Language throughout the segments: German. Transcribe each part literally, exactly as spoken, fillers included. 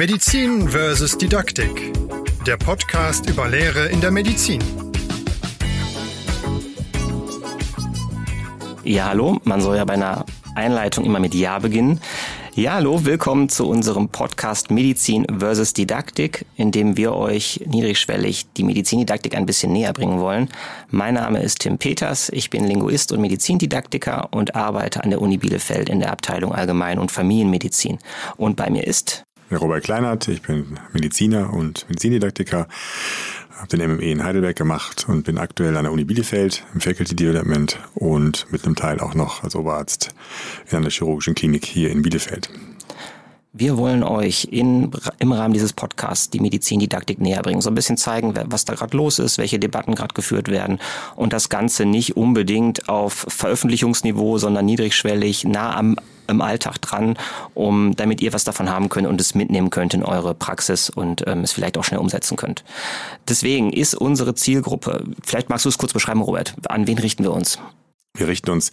Medizin versus Didaktik. Der Podcast über Lehre in der Medizin. Ja, hallo. Man soll ja bei einer Einleitung immer mit Ja beginnen. Ja, hallo. Willkommen zu unserem Podcast Medizin versus Didaktik, in dem wir euch niedrigschwellig die Medizindidaktik ein bisschen näher bringen wollen. Mein Name ist Tim Peters. Ich bin Linguist und Medizindidaktiker und arbeite an der Uni Bielefeld in der Abteilung Allgemein- und Familienmedizin. Und bei mir ist Robert Kleinert, ich bin Mediziner und Medizindidaktiker, habe den M M E in Heidelberg gemacht und bin aktuell an der Uni Bielefeld im Faculty Development und mit einem Teil auch noch als Oberarzt in einer chirurgischen Klinik hier in Bielefeld. Wir wollen euch in, im Rahmen dieses Podcasts die Medizindidaktik näher bringen, so ein bisschen zeigen, was da gerade los ist, welche Debatten gerade geführt werden und das Ganze nicht unbedingt auf Veröffentlichungsniveau, sondern niedrigschwellig, nah am im Alltag dran, um damit ihr was davon haben könnt und es mitnehmen könnt in eure Praxis und ähm, es vielleicht auch schnell umsetzen könnt. Deswegen ist unsere Zielgruppe, vielleicht magst du es kurz beschreiben, Robert, an wen richten wir uns? Wir richten uns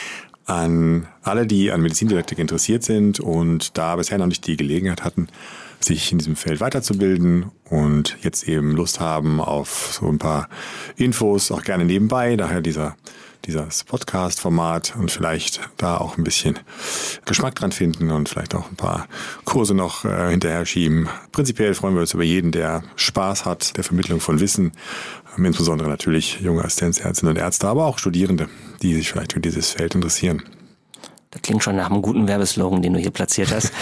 an alle, die an Medizindidaktik interessiert sind und da bisher noch nicht die Gelegenheit hatten, sich in diesem Feld weiterzubilden und jetzt eben Lust haben auf so ein paar Infos, auch gerne nebenbei, daher dieser dieses Podcast-Format und vielleicht da auch ein bisschen Geschmack dran finden und vielleicht auch ein paar Kurse noch äh, hinterher schieben. Prinzipiell freuen wir uns über jeden, der Spaß hat, der Vermittlung von Wissen, ähm, insbesondere natürlich junge Assistenzärztinnen und Ärzte, aber auch Studierende, die sich vielleicht für dieses Feld interessieren. Das klingt schon nach einem guten Werbeslogan, den du hier platziert hast.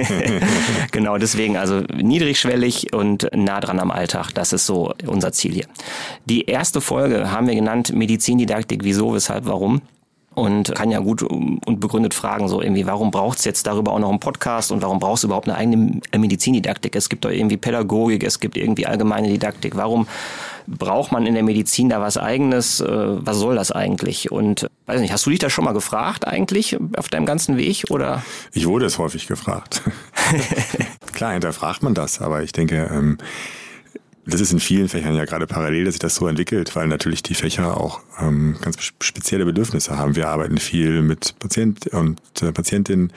Genau, deswegen also niedrigschwellig und nah dran am Alltag. Das ist so unser Ziel hier. Die erste Folge haben wir genannt Medizindidaktik, wieso, weshalb, warum. Und kann ja gut und begründet fragen, so irgendwie, warum braucht es jetzt darüber auch noch einen Podcast und warum brauchst du überhaupt eine eigene Medizindidaktik? Es gibt doch irgendwie Pädagogik, es gibt irgendwie allgemeine Didaktik. Warum braucht man in der Medizin da was Eigenes? Was soll das eigentlich? Und weiß nicht, hast du dich da schon mal gefragt eigentlich auf deinem ganzen Weg, oder? Ich wurde es häufig gefragt. Klar, hinterfragt man das, aber ich denke, ähm, das ist in vielen Fächern ja gerade parallel, dass sich das so entwickelt, weil natürlich die Fächer auch ähm, ganz spezielle Bedürfnisse haben. Wir arbeiten viel mit Patient und äh, Patientinnen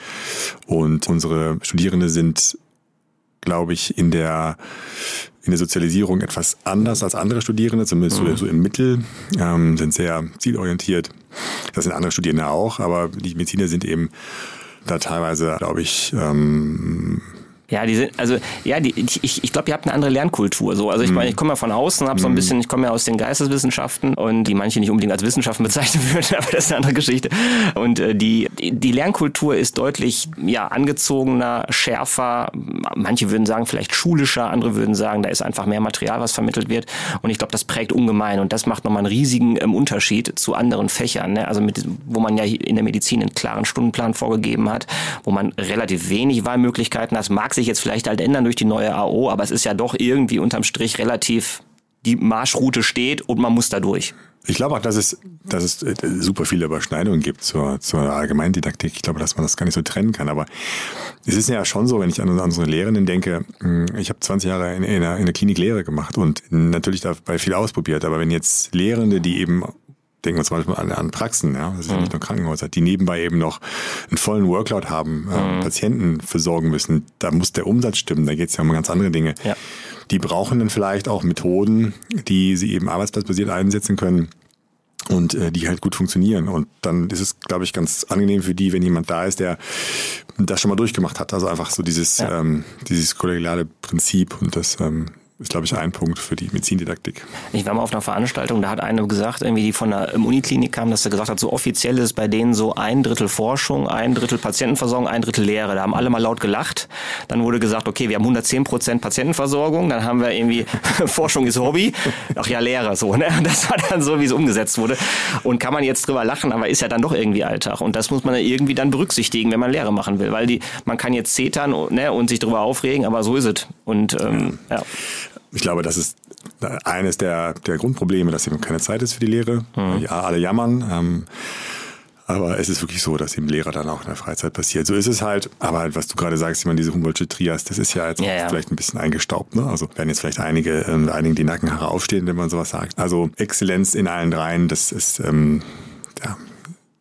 und unsere Studierende sind, glaube ich, in der in der Sozialisierung etwas anders als andere Studierende, zumindest mhm. so im Mittel, ähm, sind sehr zielorientiert. Das sind andere Studierende auch, aber die Mediziner sind eben da teilweise, glaube ich, ähm, Ja, die sind, also ja, die, ich, ich glaube, ihr habt eine andere Lernkultur. So, also ich meine, ich komme ja von außen, habe so ein bisschen, ich komme ja aus den Geisteswissenschaften und die manche nicht unbedingt als Wissenschaften bezeichnen würden, aber das ist eine andere Geschichte. Und äh, die die Lernkultur ist deutlich ja angezogener, schärfer. Manche würden sagen vielleicht schulischer, andere würden sagen, da ist einfach mehr Material, was vermittelt wird. Und ich glaube, das prägt ungemein und das macht nochmal einen riesigen ähm, Unterschied zu anderen Fächern. Ne? Also mit, wo man ja in der Medizin einen klaren Stundenplan vorgegeben hat, wo man relativ wenig Wahlmöglichkeiten hat. Mag sich jetzt vielleicht halt ändern durch die neue A O, aber es ist ja doch irgendwie unterm Strich relativ, die Marschroute steht und man muss da durch. Ich glaube auch, dass es, dass es super viele Überschneidungen gibt zur, zur Allgemeindidaktik. Ich glaube, dass man das gar nicht so trennen kann. Aber es ist ja schon so, wenn ich an unsere Lehrenden denke, ich habe zwanzig Jahre in, in, einer, in der Klinik Lehre gemacht und natürlich dabei viel ausprobiert. Aber wenn jetzt Lehrende, die eben denken wir zum Beispiel an, an Praxen, ja, das ist ja nicht nur Krankenhäuser, die nebenbei eben noch einen vollen Workload haben, äh, Patienten versorgen müssen. Da muss der Umsatz stimmen, da geht es ja um ganz andere Dinge. Ja. Die brauchen dann vielleicht auch Methoden, die sie eben arbeitsplatzbasiert einsetzen können und äh, die halt gut funktionieren. Und dann ist es, glaube ich, ganz angenehm für die, wenn jemand da ist, der das schon mal durchgemacht hat. Also einfach so dieses, ja. ähm, dieses kollegiale Prinzip und das ähm, ist, glaube ich, ein Punkt für die Medizindidaktik. Ich war mal auf einer Veranstaltung, da hat eine gesagt, irgendwie die von der Uniklinik kam, dass er gesagt hat, so offiziell ist bei denen so ein Drittel Forschung, ein Drittel Patientenversorgung, ein Drittel Lehre. Da haben alle mal laut gelacht. Dann wurde gesagt, okay, wir haben hundertzehn Prozent Patientenversorgung, dann haben wir irgendwie Forschung ist Hobby, ach ja, Lehre, so, ne? Das war dann so, wie es umgesetzt wurde. Und kann man jetzt drüber lachen, aber ist ja dann doch irgendwie Alltag. Und das muss man ja irgendwie dann berücksichtigen, wenn man Lehre machen will, weil die, man kann jetzt zetern, ne, und sich drüber aufregen, aber so ist es. Und ähm, ja. Ich glaube, das ist eines der, der Grundprobleme, dass eben keine Zeit ist für die Lehre. Mhm. Ja, alle jammern. Ähm, aber es ist wirklich so, dass eben Lehrer dann auch in der Freizeit passiert. So ist es halt. Aber was du gerade sagst, ich meine, diese Humboldtsche Trias, das ist ja jetzt ja, ja. vielleicht ein bisschen eingestaubt. Ne? Also werden jetzt vielleicht einige, ähm, einigen die Nackenhaare aufstehen, wenn man sowas sagt. Also Exzellenz in allen dreien, das ist, ähm, ja,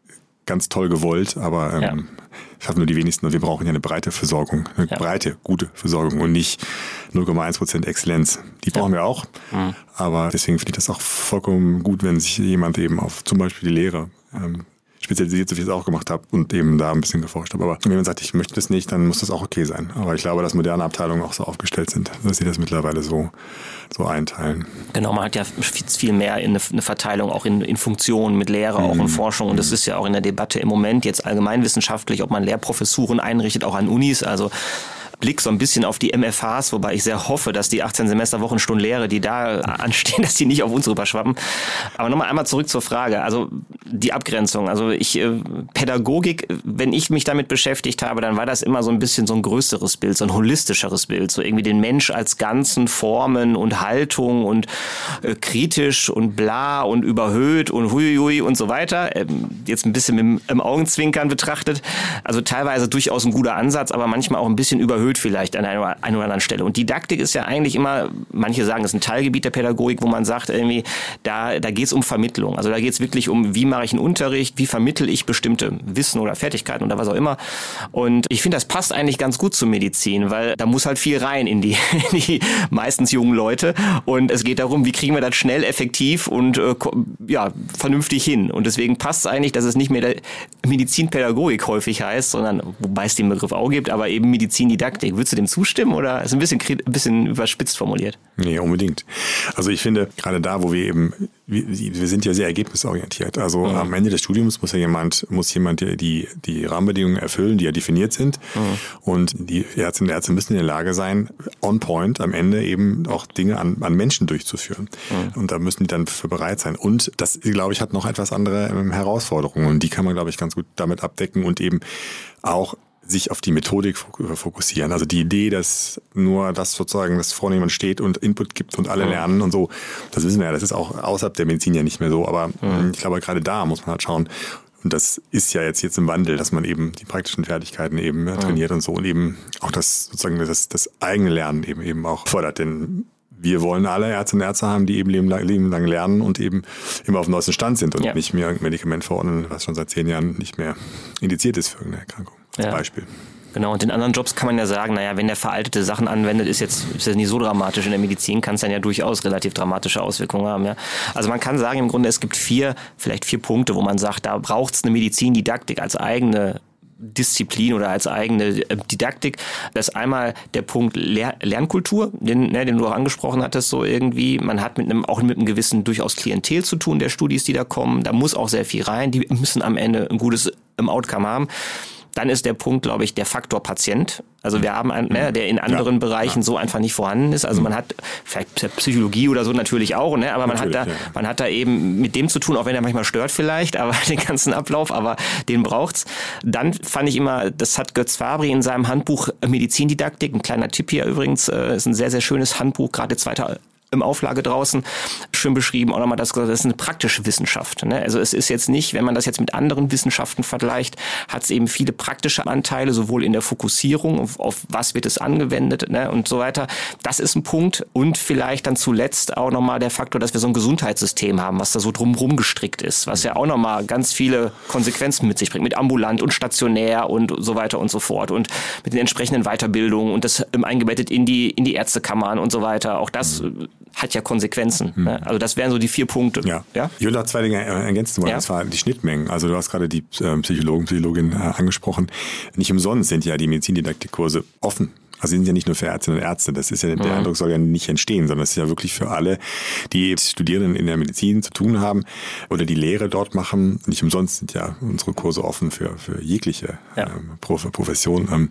ganz toll gewollt, aber ähm, ja. schaffen nur die wenigsten. Und wir brauchen ja eine breite Versorgung, eine ja. breite, gute Versorgung und nicht null Komma eins Prozent Exzellenz. Die brauchen ja. wir auch, mhm. aber deswegen finde ich das auch vollkommen gut, wenn sich jemand eben auf zum Beispiel die Lehre ähm, spezialisiert, so wie ich es auch gemacht habe und eben da ein bisschen geforscht habe. Aber wenn man sagt, ich möchte das nicht, dann muss das auch okay sein. Aber ich glaube, dass moderne Abteilungen auch so aufgestellt sind, dass sie das mittlerweile so, so einteilen. Genau, man hat ja viel mehr in eine Verteilung auch in, in Funktionen mit Lehre, auch in Forschung. Und das ist ja auch in der Debatte im Moment jetzt allgemeinwissenschaftlich, ob man Lehrprofessuren einrichtet, auch an Unis. Also Blick so ein bisschen auf die M F Hs, wobei ich sehr hoffe, dass die achtzehn Semester Wochenstunden Lehre, die da anstehen, dass die nicht auf uns rüberschwappen. Aber nochmal einmal zurück zur Frage, also die Abgrenzung. Also ich, äh, Pädagogik, wenn ich mich damit beschäftigt habe, dann war das immer so ein bisschen so ein größeres Bild, so ein holistischeres Bild, so irgendwie den Mensch als ganzen Formen und Haltung und äh, kritisch und bla und überhöht und huiui und so weiter. Ähm, jetzt ein bisschen mit dem, im Augenzwinkern betrachtet. Also teilweise durchaus ein guter Ansatz, aber manchmal auch ein bisschen überhöht vielleicht an einer, einer oder anderen Stelle. Und Didaktik ist ja eigentlich immer, manche sagen, es ist ein Teilgebiet der Pädagogik, wo man sagt, irgendwie, da, da geht es um Vermittlung. Also da geht es wirklich um, wie mache ich einen Unterricht, wie vermittle ich bestimmte Wissen oder Fertigkeiten oder was auch immer. Und ich finde, das passt eigentlich ganz gut zur Medizin, weil da muss halt viel rein in die, in die meistens jungen Leute. Und es geht darum, wie kriegen wir das schnell, effektiv und äh, ja, vernünftig hin. Und deswegen passt es eigentlich, dass es nicht mehr Medizinpädagogik häufig heißt, sondern, wobei es den Begriff auch gibt, aber eben Medizindidaktik. Würdest du dem zustimmen oder ist ein bisschen, ein bisschen überspitzt formuliert? Nee, unbedingt. Also ich finde, gerade da, wo wir eben, wir, wir sind ja sehr ergebnisorientiert. Also mhm. am Ende des Studiums muss ja jemand, muss jemand die, die Rahmenbedingungen erfüllen, die ja definiert sind. Mhm. Und die Ärztinnen und Ärzte müssen in der Lage sein, on point am Ende eben auch Dinge an, an Menschen durchzuführen. Mhm. Und da müssen die dann für bereit sein. Und das, glaube ich, hat noch etwas andere ähm, Herausforderungen. Und die kann man, glaube ich, ganz gut damit abdecken und eben auch sich auf die Methodik fokussieren. Also die Idee, dass nur das sozusagen, dass vorne jemand steht und Input gibt und alle mhm. lernen und so, das wissen wir ja, das ist auch außerhalb der Medizin ja nicht mehr so, aber mhm. ich glaube, gerade da muss man halt schauen, und das ist ja jetzt jetzt im Wandel, dass man eben die praktischen Fertigkeiten eben mhm. trainiert und so und eben auch das sozusagen das, das eigene Lernen eben eben auch fördert, denn wir wollen alle Ärztinnen und Ärzte haben, die eben leben lang, leben lang lernen und eben immer auf dem neuesten Stand sind und ja. nicht mehr irgendein Medikament verordnen, was schon seit zehn Jahren nicht mehr indiziert ist für irgendeine Erkrankung. Als ja. Beispiel. Genau, und in anderen Jobs kann man ja sagen, naja, wenn der veraltete Sachen anwendet, ist jetzt ist das nicht so dramatisch. In der Medizin kann es dann ja durchaus relativ dramatische Auswirkungen haben. Ja. Also man kann sagen, im Grunde, es gibt vier, vielleicht vier Punkte, wo man sagt, da braucht es eine Medizindidaktik als eigene Disziplin oder als eigene Didaktik. Das ist einmal der Punkt Lehr- Lernkultur, den, ne, den du auch angesprochen hattest, so irgendwie. Man hat mit einem, auch mit einem gewissen durchaus Klientel zu tun, der Studis, die da kommen. Da muss auch sehr viel rein. Die müssen am Ende ein gutes Outcome haben. Dann ist der Punkt, glaube ich, der Faktor Patient. Also wir haben einen, ne, der in anderen ja, Bereichen ja. so einfach nicht vorhanden ist. Also man hat vielleicht Psychologie oder so natürlich auch, ne, aber man natürlich, hat da, ja. man hat da eben mit dem zu tun, auch wenn er manchmal stört vielleicht, aber den ganzen Ablauf, aber den braucht's. Dann fand ich immer, das hat Götz Fabry in seinem Handbuch Medizindidaktik, ein kleiner Tipp hier übrigens, ist ein sehr, sehr schönes Handbuch, gerade zweiter im Auflage draußen, schön beschrieben, auch nochmal, das, das ist eine praktische Wissenschaft. Ne? Also es ist jetzt nicht, wenn man das jetzt mit anderen Wissenschaften vergleicht, hat es eben viele praktische Anteile, sowohl in der Fokussierung, auf, auf was wird es angewendet, ne? und so weiter. Das ist ein Punkt. Und vielleicht dann zuletzt auch nochmal der Faktor, dass wir so ein Gesundheitssystem haben, was da so drumherum gestrickt ist, was ja auch nochmal ganz viele Konsequenzen mit sich bringt, mit ambulant und stationär und so weiter und so fort und mit den entsprechenden Weiterbildungen und das eingebettet in die, in die Ärztekammern und so weiter. Auch das hat ja Konsequenzen. Hm. Ne? Also das wären so die vier Punkte. Ja. Ja? Ich will da zwei Dinge ergänzen wollen. Ja. Das war die Schnittmengen. Also du hast gerade die äh, Psychologen, Psychologin äh, angesprochen. Nicht umsonst sind ja die Medizindidaktikkurse offen. Also sie sind ja nicht nur für Ärztinnen und Ärzte. Das ist ja, der mhm. Eindruck soll ja nicht entstehen, sondern es ist ja wirklich für alle, die Studierenden in der Medizin zu tun haben oder die Lehre dort machen. Nicht umsonst sind ja unsere Kurse offen für, für jegliche ja. ähm, Profession. Ähm,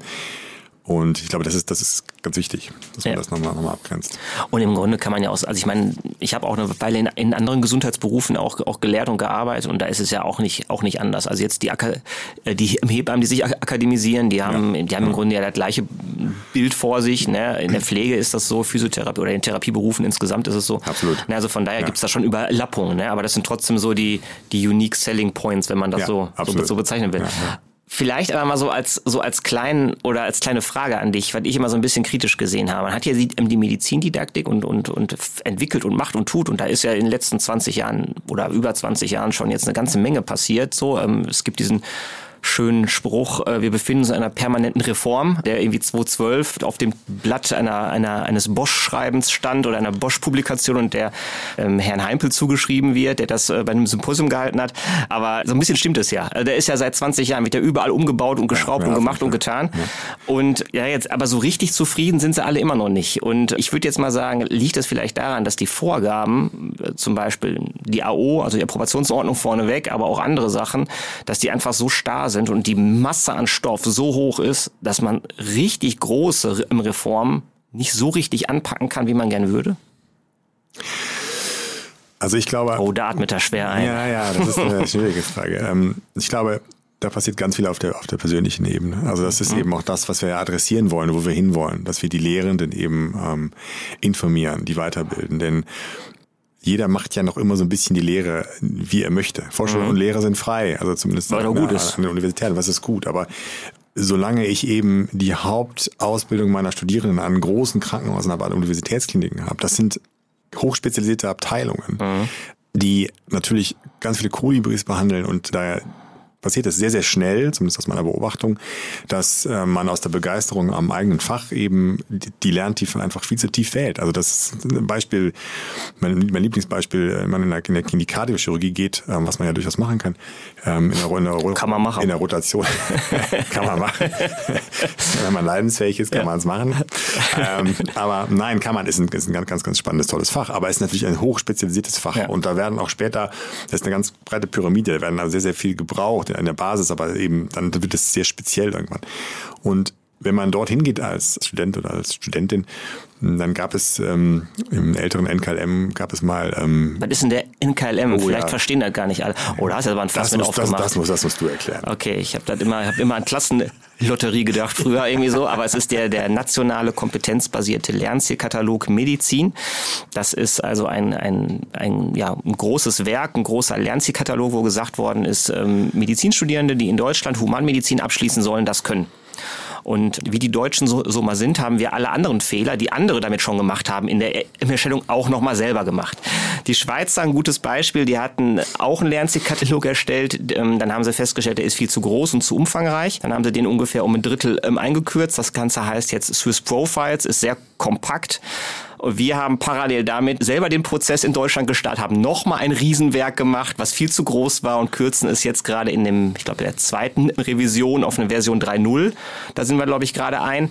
Und ich glaube, das ist das ist ganz wichtig, dass man ja. das nochmal nochmal abgrenzt. Und im Grunde kann man ja auch, also ich meine, ich habe auch eine Weile in, in anderen Gesundheitsberufen auch auch gelehrt und gearbeitet und da ist es ja auch nicht auch nicht anders. Also jetzt die die Hebammen, die sich akademisieren, die haben ja. die haben im Grunde ja das gleiche Bild vor sich. Ne? In der Pflege ist das so, Physiotherapie oder in Therapieberufen insgesamt ist es so. Absolut. Ne, also von daher ja. gibt's da schon Überlappungen, ne? Aber das sind trotzdem so die die unique selling points, wenn man das ja, so, so so bezeichnen will. Ja, ja. Vielleicht aber mal so als so als kleinen oder als kleine Frage an dich, weil ich immer so ein bisschen kritisch gesehen habe. Man hat ja die, die Medizindidaktik und und und entwickelt und macht und tut und da ist ja in den letzten zwanzig Jahren oder über zwanzig Jahren schon jetzt eine ganze Menge passiert. So, ähm, es gibt diesen schönen Spruch, äh, wir befinden uns in einer permanenten Reform, der irgendwie zweitausendzwölf auf dem Blatt einer, einer eines Bosch-Schreibens stand oder einer Bosch-Publikation und der ähm, Herrn Heimpel zugeschrieben wird, der das äh, bei einem Symposium gehalten hat. Aber so ein bisschen stimmt es ja. Also der ist ja seit zwanzig Jahren, wird ja überall umgebaut und geschraubt ja, ja, und gemacht und getan. Ja. Und ja, jetzt, aber so richtig zufrieden sind sie alle immer noch nicht. Und ich würde jetzt mal sagen, liegt es vielleicht daran, dass die Vorgaben, äh, zum Beispiel die A O, also die Approbationsordnung vorneweg, aber auch andere Sachen, dass die einfach so starr sind und die Masse an Stoff so hoch ist, dass man richtig große Reformen nicht so richtig anpacken kann, wie man gerne würde? Also ich glaube... Oh, da atmet er schwer ein. Ja, ja, das ist eine schwierige Frage. Ich glaube, da passiert ganz viel auf der, auf der persönlichen Ebene. Also das ist mhm. eben auch das, was wir ja adressieren wollen, wo wir hinwollen, dass wir die Lehrenden eben ähm, informieren, die weiterbilden. Denn jeder macht ja noch immer so ein bisschen die Lehre, wie er möchte. Vorschüler mhm. und Lehrer sind frei, also zumindest an, gut an, ist. an der Universität, was ist gut. Aber solange ich eben die Hauptausbildung meiner Studierenden an großen Krankenhäusern, aber an Universitätskliniken habe, das sind hochspezialisierte Abteilungen, mhm. die natürlich ganz viele Kolibris behandeln und daher passiert es sehr, sehr schnell, zumindest aus meiner Beobachtung, dass äh, man aus der Begeisterung am eigenen Fach eben die, die Lerntiefe einfach viel zu tief wählt. Also das ist ein Beispiel, mein, mein Lieblingsbeispiel, wenn man in der, in der, in die Kardiochirurgie geht, ähm, was man ja durchaus machen kann. Ähm, in der, in der, kann man machen. In der Rotation. Kann man machen. Wenn man leidensfähig ist, kann ja. man es machen. Ähm, aber nein, kann man, ist ein, ist ein ganz, ganz, ganz spannendes, tolles Fach. Aber es ist natürlich ein hochspezialisiertes Fach. Ja. Und da werden auch später, das ist eine ganz breite Pyramide, da werden also sehr, sehr viel gebraucht in der Basis, aber eben dann wird es sehr speziell irgendwann. Und wenn man dorthin geht als Student oder als Studentin, dann gab es ähm, im älteren N K L M gab es mal... Ähm, Was ist denn der N K L M? Oh, Vielleicht ja. verstehen das gar nicht alle. Oh, da hast du aber ein Fass mit aufgemacht. Das, das, muss, das musst du erklären. Okay, ich habe das immer, hab immer an Klassenlotterie gedacht früher irgendwie so, aber es ist der der nationale kompetenzbasierte Lernzielkatalog Medizin. Das ist also ein ein ein ja ein großes Werk, ein großer Lernzielkatalog, wo gesagt worden ist, ähm, Medizinstudierende, die in Deutschland Humanmedizin abschließen sollen, das können. Und wie die Deutschen so, so mal sind, haben wir alle anderen Fehler, die andere damit schon gemacht haben, in der Erstellung auch nochmal selber gemacht. Die Schweizer, ein gutes Beispiel, die hatten auch einen Lernzielkatalog erstellt. Dann haben sie festgestellt, der ist viel zu groß und zu umfangreich. Dann haben sie den ungefähr um ein Drittel ähm, eingekürzt. Das Ganze heißt jetzt Swiss Profiles, ist sehr kompakt. Und wir haben parallel damit selber den Prozess in Deutschland gestartet, haben nochmal ein Riesenwerk gemacht, was viel zu groß war und kürzen es jetzt gerade in dem, ich glaube, der zweiten Revision auf eine Version drei Punkt null. Da sind wir, glaube ich, gerade ein.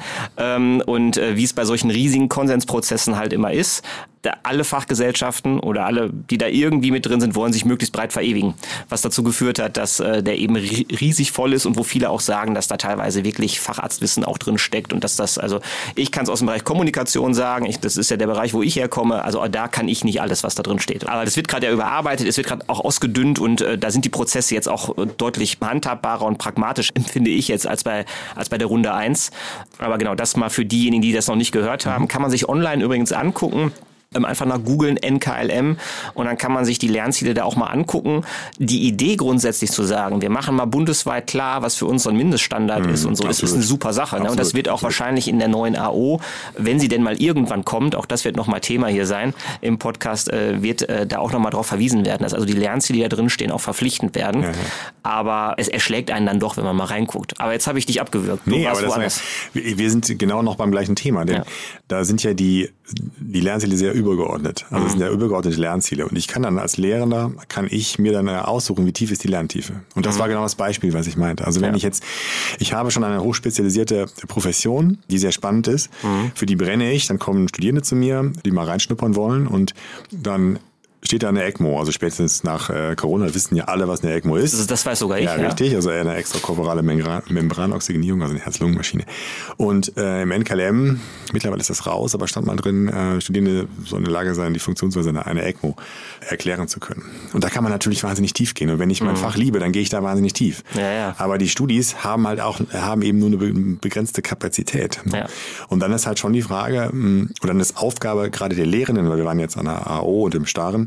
Und wie es bei solchen riesigen Konsensprozessen halt immer ist, alle Fachgesellschaften oder alle, die da irgendwie mit drin sind, wollen sich möglichst breit verewigen. Was dazu geführt hat, dass äh, der eben riesig voll ist und wo viele auch sagen, dass da teilweise wirklich Facharztwissen auch drin steckt und dass das, also ich kann es aus dem Bereich Kommunikation sagen, ich, das ist ja der Bereich, wo ich herkomme, also da kann ich nicht alles, was da drin steht. Aber das wird gerade ja überarbeitet, es wird gerade auch ausgedünnt und äh, da sind die Prozesse jetzt auch deutlich handhabbarer und pragmatisch, empfinde ich jetzt, als bei, als bei der Runde eins. Aber genau, das mal für diejenigen, die das noch nicht gehört haben, kann man sich online übrigens angucken. Einfach nach googeln N K L M und dann kann man sich die Lernziele da auch mal angucken. Die Idee grundsätzlich zu sagen, wir machen mal bundesweit klar, was für uns so ein Mindeststandard mmh, ist und so, das absolut. Ist eine super Sache. Ne? Und das wird auch absolut. Wahrscheinlich in der neuen A O, wenn sie denn mal irgendwann kommt, auch das wird nochmal Thema hier sein im Podcast, äh, wird äh, da auch nochmal drauf verwiesen werden, dass also die Lernziele, die da drin stehen, auch verpflichtend werden. Ja, ja. Aber es erschlägt einen dann doch, wenn man mal reinguckt. Aber jetzt habe ich dich abgewürgt. Nee, aber das heißt, wir, wir sind genau noch beim gleichen Thema, denn ja. da sind ja die, die Lernziele sehr übergeordnet. Also es sind ja übergeordnete Lernziele. Und ich kann dann als Lehrender, kann ich mir dann aussuchen, wie tief ist die Lerntiefe. Und das mhm. war genau das Beispiel, was ich meinte. Also wenn ja. ich jetzt, ich habe schon eine hochspezialisierte Profession, die sehr spannend ist, mhm. für die brenne ich, dann kommen Studierende zu mir, die mal reinschnuppern wollen und dann steht da eine ECMO, also spätestens nach äh, Corona wissen ja alle, was eine ECMO ist. Das, das weiß sogar ich. Ja, ja, richtig, also eine extrakorporale Membran- Membranoxygenierung, also eine Herz-Lungen-Maschine. Und äh, im N K L M, mittlerweile ist das raus, aber stand mal drin, äh, Studierende sollen in der Lage sein, die Funktionsweise einer, einer ECMO erklären zu können. Und da kann man natürlich wahnsinnig tief gehen. Und wenn ich mein mhm. Fach liebe, dann gehe ich da wahnsinnig tief. Ja, ja. Aber die Studis haben halt auch, haben eben nur eine begrenzte Kapazität. Ja. Und dann ist halt schon die Frage, oder dann ist Aufgabe gerade der Lehrenden, weil wir waren jetzt an der A O und im Starren,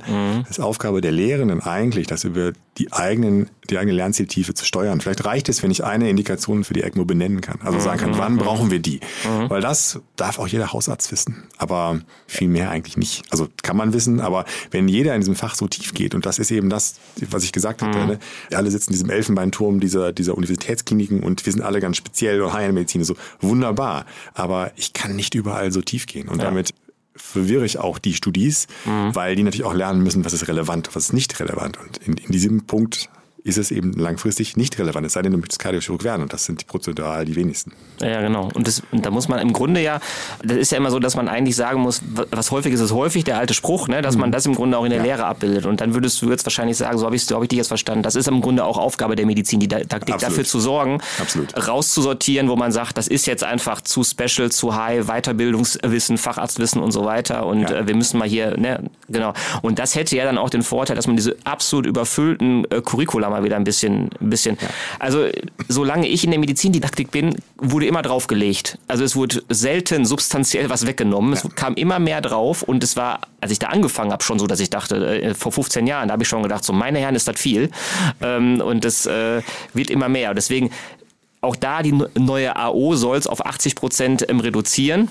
Mhm. Es ist Aufgabe der Lehrenden eigentlich, das über die eigenen, die eigene Lernzieltiefe zu steuern. Vielleicht reicht es, wenn ich eine Indikation für die ECMO benennen kann. Also sagen kann, wann brauchen wir die? Mhm. Weil das darf auch jeder Hausarzt wissen. Aber viel mehr eigentlich nicht. Also kann man wissen, aber wenn jeder in diesem Fach so tief geht, und das ist eben das, was ich gesagt habe, mhm. ne? Alle sitzen in diesem Elfenbeinturm dieser, dieser Universitätskliniken und wir sind alle ganz speziell und High-End-Medizin, so wunderbar. Aber ich kann nicht überall so tief gehen. Und ja. damit verwirre ich auch die Studis, mhm. weil die natürlich auch lernen müssen, was ist relevant, was ist nicht relevant. Und in, in diesem Punkt ist es eben langfristig nicht relevant, es sei denn, du möchtest Kardiochirurg werden, und das sind die prozentual die wenigsten. Ja, genau. Und, das, und da muss man im Grunde ja, das ist ja immer so, dass man eigentlich sagen muss, was häufig ist, ist häufig, der alte Spruch, ne, dass mhm. man das im Grunde auch in der ja. Lehre abbildet. Und dann würdest du jetzt wahrscheinlich sagen, so habe ich so hab ich dich jetzt verstanden, das ist im Grunde auch Aufgabe der Medizin, die Didaktik, Absolut. dafür zu sorgen, Absolut. rauszusortieren, wo man sagt, das ist jetzt einfach zu special, zu high, Weiterbildungswissen, Facharztwissen und so weiter, und ja. äh, wir müssen mal hier, ne, genau. Und das hätte ja dann auch den Vorteil, dass man diese absolut überfüllten äh, Curricula mal wieder ein bisschen, ein bisschen. Ja. Also solange ich in der Medizindidaktik bin, wurde immer draufgelegt. Also es wurde selten substanziell was weggenommen. Ja. Es kam immer mehr drauf, und es war, als ich da angefangen habe, schon so, dass ich dachte, äh, vor fünfzehn Jahren, da habe ich schon gedacht, so meine Herren, ist das viel. Ähm, und das äh, wird immer mehr. Und deswegen auch da die neue A O soll es auf achtzig Prozent ähm, reduzieren.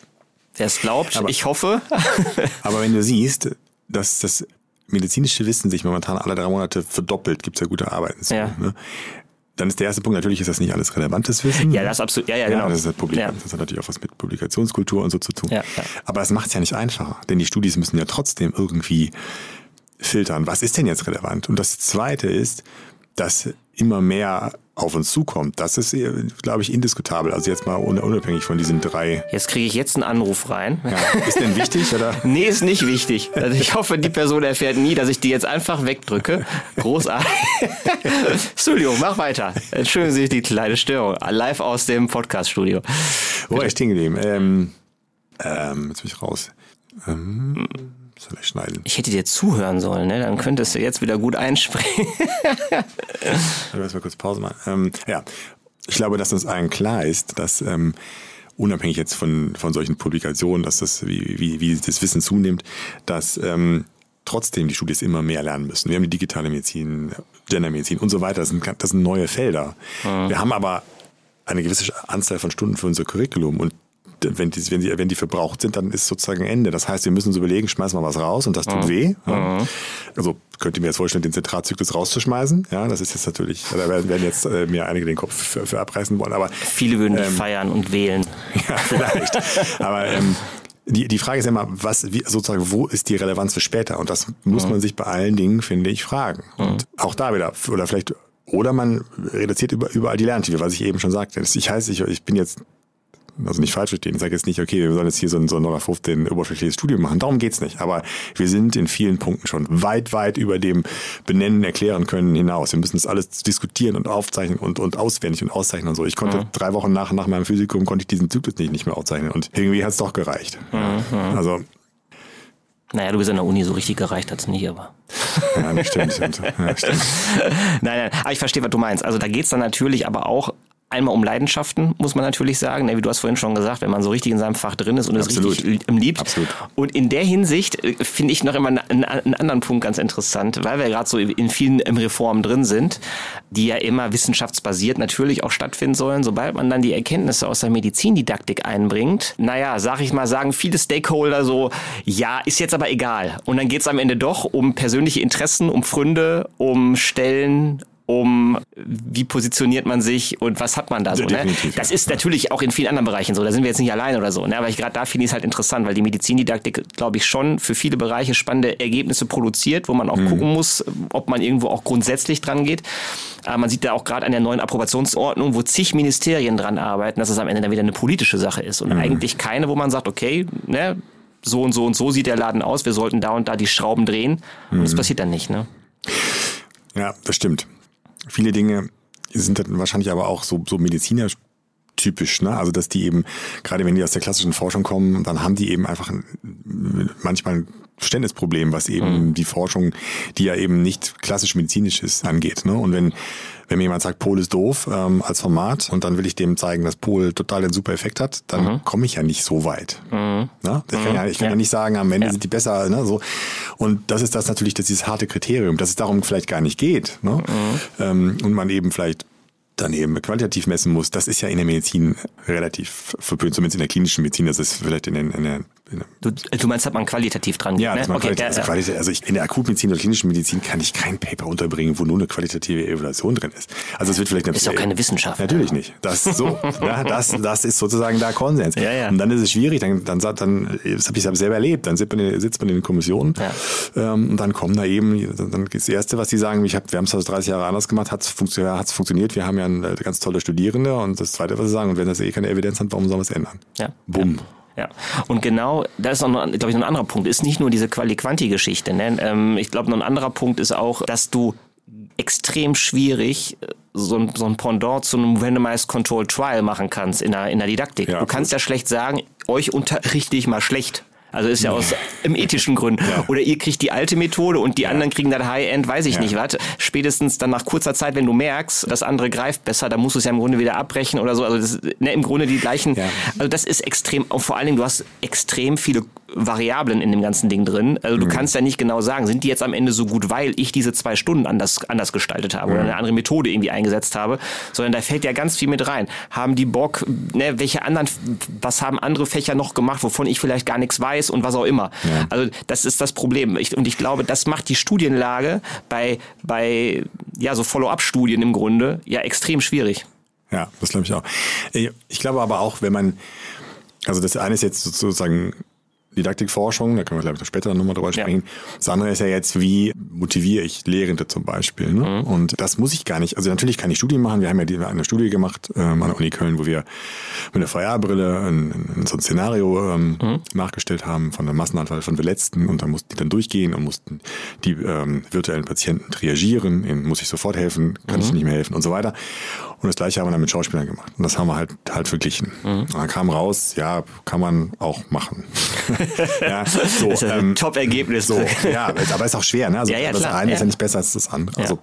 Wer es glaubt, aber, ich hoffe. Aber wenn du siehst, dass das medizinische Wissen sich momentan alle drei Monate verdoppelt, gibt es ja gute Arbeiten zu. Ja. Ne? Dann ist der erste Punkt, natürlich ist das nicht alles relevantes Wissen. Ja, das ist absolut, ja, ja, genau. Ja, das, ist das, Publik- ja. das hat natürlich auch was mit Publikationskultur und so zu tun. Ja, ja. Aber es macht es ja nicht einfacher, denn die Studis müssen ja trotzdem irgendwie filtern, was ist denn jetzt relevant? Und das Zweite ist, dass immer mehr auf uns zukommt. Das ist, glaube ich, indiskutabel. Also jetzt mal unabhängig von diesen drei. Jetzt kriege ich jetzt einen Anruf rein. Ja. Ist denn wichtig, oder? Nee, ist nicht wichtig. Also ich hoffe, die Person erfährt nie, dass ich die jetzt einfach wegdrücke. Großartig. Entschuldigung, mach weiter. Entschuldigen Sie die kleine Störung. Live aus dem Podcast-Studio. Wo war ich stehen geblieben? Ähm, ähm, jetzt bin ich raus. Ähm... Soll ich schneiden? Ich hätte dir zuhören sollen, ne? Dann könntest du jetzt wieder gut einspringen. Ich will mal kurz Pause machen. Ähm, ja, ich glaube, dass uns allen klar ist, dass ähm, unabhängig jetzt von von solchen Publikationen, dass das wie wie wie das Wissen zunimmt, dass ähm, trotzdem die Studis immer mehr lernen müssen. Wir haben die digitale Medizin, Gendermedizin und so weiter. Das sind das sind neue Felder. Mhm. Wir haben aber eine gewisse Anzahl von Stunden für unser Curriculum, und wenn die, wenn, die, wenn die verbraucht sind, dann ist sozusagen Ende. Das heißt, wir müssen uns überlegen, schmeißen wir was raus, und das tut mhm. weh. Ja. Also könnt ihr mir jetzt vorstellen, den Zentratzyklus rauszuschmeißen. Ja, das ist jetzt natürlich, da werden jetzt äh, mir einige den Kopf für, für abreißen wollen. Aber viele würden dich ähm, feiern und wählen. Ja, vielleicht. Aber ähm, die, die Frage ist ja immer, was, wie, sozusagen, wo ist die Relevanz für später? Und das muss mhm. man sich bei allen Dingen, finde ich, fragen. Mhm. Und auch da wieder, oder vielleicht, oder man reduziert über, überall die Lerntiefe, was ich eben schon sagte. Ich heiße, ich, ich bin jetzt, also nicht falsch verstehen, ich sage jetzt nicht, okay, wir sollen jetzt hier so ein, so ein null fünfzehn oberflächliches Studium machen, darum geht's nicht. Aber wir sind in vielen Punkten schon weit, weit über dem Benennen, erklären können hinaus. Wir müssen das alles diskutieren und aufzeichnen und, und auswendig und auszeichnen und so. Ich konnte mhm. drei Wochen nach, nach meinem Physikum, konnte ich diesen Zyklus nicht, nicht mehr aufzeichnen, und irgendwie hat's doch gereicht. Mhm. Also, naja, du bist an der Uni, so richtig gereicht hat's nicht, aber. Ja, das stimmt. stimmt. Ja, stimmt. Nein, nein, aber ich verstehe, was du meinst. Also da geht's dann natürlich aber auch einmal um Leidenschaften, muss man natürlich sagen. Wie du hast vorhin schon gesagt, wenn man so richtig in seinem Fach drin ist und es richtig liebt. Absolut. Und in der Hinsicht finde ich noch immer einen, einen anderen Punkt ganz interessant, weil wir gerade so in vielen Reformen drin sind, die ja immer wissenschaftsbasiert natürlich auch stattfinden sollen. Sobald man dann die Erkenntnisse aus der Medizindidaktik einbringt, naja, sag ich mal, sagen viele Stakeholder so, ja, ist jetzt aber egal. Und dann geht es am Ende doch um persönliche Interessen, um Pfründe, um Stellen, um wie positioniert man sich und was hat man da so. Ne? Das ist natürlich auch in vielen anderen Bereichen so, da sind wir jetzt nicht allein oder so. Ne? Aber ich gerade da finde ich es halt interessant, weil die Medizindidaktik, glaube ich, schon für viele Bereiche spannende Ergebnisse produziert, wo man auch mhm. gucken muss, ob man irgendwo auch grundsätzlich dran geht. Aber man sieht da auch gerade an der neuen Approbationsordnung, wo zig Ministerien dran arbeiten, dass es am Ende dann wieder eine politische Sache ist und mhm. eigentlich keine, wo man sagt, okay, ne, so und so und so sieht der Laden aus, wir sollten da und da die Schrauben drehen und das mhm. passiert dann nicht. Ne? Ja, das stimmt. Viele Dinge sind dann wahrscheinlich aber auch so, so medizinertypisch typisch, ne? Also dass die eben, gerade wenn die aus der klassischen Forschung kommen, dann haben die eben einfach manchmal ein Verständnisproblem, was eben mhm. die Forschung, die ja eben nicht klassisch medizinisch ist, angeht. Ne? Und wenn wenn mir jemand sagt, Pol ist doof ähm, als Format und dann will ich dem zeigen, dass Pol total den super Effekt hat, dann mhm. komme ich ja nicht so weit. Mhm. Ne? Ich kann, ja, ich kann ja. ja nicht sagen, am Ende ja. sind die besser. Ne? So. Und das ist das natürlich, das ist dieses harte Kriterium, dass es darum vielleicht gar nicht geht. Ne? Mhm. Ähm, und man eben vielleicht dann eben qualitativ messen muss, das ist ja in der Medizin relativ verpönt, zumindest in der klinischen Medizin, das ist vielleicht in, den, in der... In der du, du meinst, hat man qualitativ dran? Ja, ne? das man okay, qualitativ, ja, also, qualitativ, also ich, in der Akutmedizin oder klinischen Medizin kann ich kein Paper unterbringen, wo nur eine qualitative Evaluation drin ist. Also es wird vielleicht eine... Ist doch keine Wissenschaft. Natürlich nicht. Das so, ja, das, das ist sozusagen da Konsens. Ja, ja. Und dann ist es schwierig, dann, dann, dann das habe ich selber erlebt, dann sitzt man in, sitzt man in den Kommissionen ja. ähm, und dann kommen da eben, dann das Erste, was die sagen, ich hab, wir haben es das dreißig Jahre anders gemacht, hat es funktio- hat's funktioniert, wir haben ja eine ganz tolle Studierende. Und das Zweite, was sie sagen, und wenn das eh keine Evidenz hat, warum sollen wir es ändern? Ja. Bumm. Ja, und genau, das ist auch, noch, glaube ich, noch ein anderer Punkt, ist nicht nur diese Quali-Quanti-Geschichte. Ne? Ähm, ich glaube, noch ein anderer Punkt ist auch, dass du extrem schwierig so ein, so ein Pendant zu einem Randomized Controlled Trial machen kannst in der, in der Didaktik. Ja, du kannst gut. ja schlecht sagen, euch unterrichte ich mal schlecht. Also ist ja aus im ethischen Gründen. Ja. Oder ihr kriegt die alte Methode und die ja. anderen kriegen das High-End, weiß ich ja. nicht was. Spätestens dann nach kurzer Zeit, wenn du merkst, das andere greift besser, dann musst du es ja im Grunde wieder abbrechen oder so. Also das ist ne, im Grunde die gleichen. Ja. Also das ist extrem, und vor allen Dingen, du hast extrem viele Variablen in dem ganzen Ding drin. Also du mhm. kannst ja nicht genau sagen, sind die jetzt am Ende so gut, weil ich diese zwei Stunden anders, anders gestaltet habe mhm. oder eine andere Methode irgendwie eingesetzt habe, sondern da fällt ja ganz viel mit rein. Haben die Bock, ne, welche anderen, was haben andere Fächer noch gemacht, wovon ich vielleicht gar nichts weiß und was auch immer. Ja. Also das ist das Problem. Ich, und ich glaube, das macht die Studienlage bei, bei ja, so Follow-up-Studien im Grunde ja extrem schwierig. Ja, das glaube ich auch. Ich glaube aber auch, wenn man, also das eine ist jetzt sozusagen Didaktikforschung, da können wir glaube ich später nochmal drüber sprechen. Ja. Das andere ist ja jetzt, wie motiviere ich Lehrende zum Beispiel. Ne? Mhm. Und das muss ich gar nicht, also natürlich kann ich Studien machen, wir haben ja die, eine Studie gemacht ähm, an der Uni Köln, wo wir mit einer V R-Brille ein, ein, so ein Szenario ähm, mhm. nachgestellt haben von der Massenanzahl von Verletzten und dann mussten die dann durchgehen und mussten die ähm, virtuellen Patienten triagieren, ihnen muss ich sofort helfen, kann mhm. ich nicht mehr helfen und so weiter. Und das Gleiche haben wir dann mit Schauspielern gemacht. Und das haben wir halt halt verglichen. Mhm. Und dann kam raus, ja, kann man auch machen. ja, so, das ist ein ähm, Top-Ergebnis. So, ja, aber ist auch schwer, ne? Also ja, ja, das klar, eine ja. ist ja nicht besser als das andere. Ja. Also,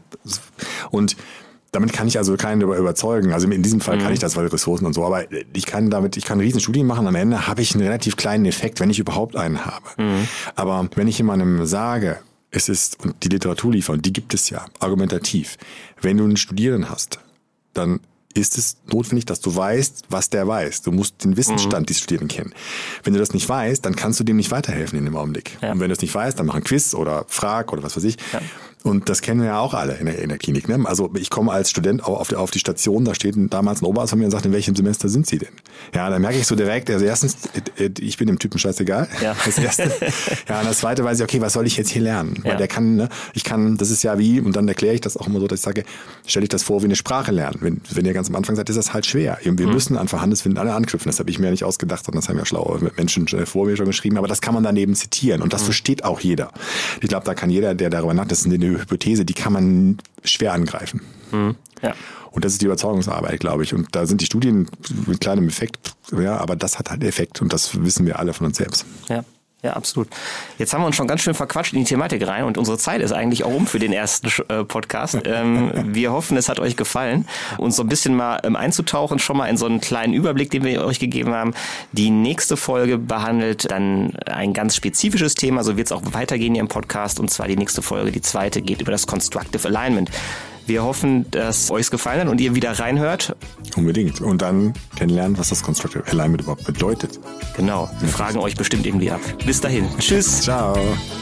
und damit kann ich also keinen überzeugen. Also in diesem Fall mhm. kann ich das, weil Ressourcen und so. Aber ich kann damit, ich kann riesen Studien machen. Am Ende habe ich einen relativ kleinen Effekt, wenn ich überhaupt einen habe. Mhm. Aber wenn ich jemandem sage, es ist, und die Literatur liefern, die gibt es ja, argumentativ. Wenn du einen Studierenden hast, dann ist es notwendig, dass du weißt, was der weiß. Du musst den Wissensstand mhm. des Studierenden kennen. Wenn du das nicht weißt, dann kannst du dem nicht weiterhelfen in dem Augenblick. Ja. Und wenn du es nicht weißt, dann mach ein Quiz oder frag oder was weiß ich. Ja. Und das kennen wir ja auch alle in der, in der Klinik. Ne? Also ich komme als Student auf die, auf die Station, da steht damals ein Oberarzt von mir und sagt, in welchem Semester sind Sie denn? Ja, dann merke ich so direkt, also erstens, ich bin dem Typen scheißegal. Ja. Das erste. Ja, und das zweite weiß ich, okay, was soll ich jetzt hier lernen? Weil ja. der kann, ne, ich kann, das ist ja wie, und dann erkläre ich das auch immer so, dass ich sage, stelle ich das vor wie eine Sprache lernen. Wenn, wenn ihr ganz am Anfang seid, ist das halt schwer. Wir mhm. müssen an Verhandlungswinden alle anknüpfen. Das habe ich mir ja nicht ausgedacht, sondern das haben ja schlaue Menschen vor mir schon geschrieben. Aber das kann man daneben zitieren. Und das mhm. versteht auch jeder. Ich glaube, da kann jeder, der darüber nachdenkt, das ist eine Hypothese, die kann man schwer angreifen. Mhm. Ja. Und das ist die Überzeugungsarbeit, glaube ich. Und da sind die Studien mit kleinem Effekt, ja, aber das hat halt Effekt und das wissen wir alle von uns selbst. Ja. Ja, absolut. Jetzt haben wir uns schon ganz schön verquatscht in die Thematik rein und unsere Zeit ist eigentlich auch um für den ersten äh, Podcast. Ähm, wir hoffen, es hat euch gefallen, uns so ein bisschen mal ähm, einzutauchen, schon mal in so einen kleinen Überblick, den wir euch gegeben haben. Die nächste Folge behandelt dann ein ganz spezifisches Thema, so wird es auch weitergehen hier im Podcast, und zwar die nächste Folge, die zweite, geht über das Constructive Alignment. Wir hoffen, dass euch es gefallen hat und ihr wieder reinhört. Unbedingt. Und dann kennenlernen, was das Constructive Alignment überhaupt bedeutet. Genau. Wir fragen euch bestimmt irgendwie ab. Bis dahin. Tschüss. Ciao.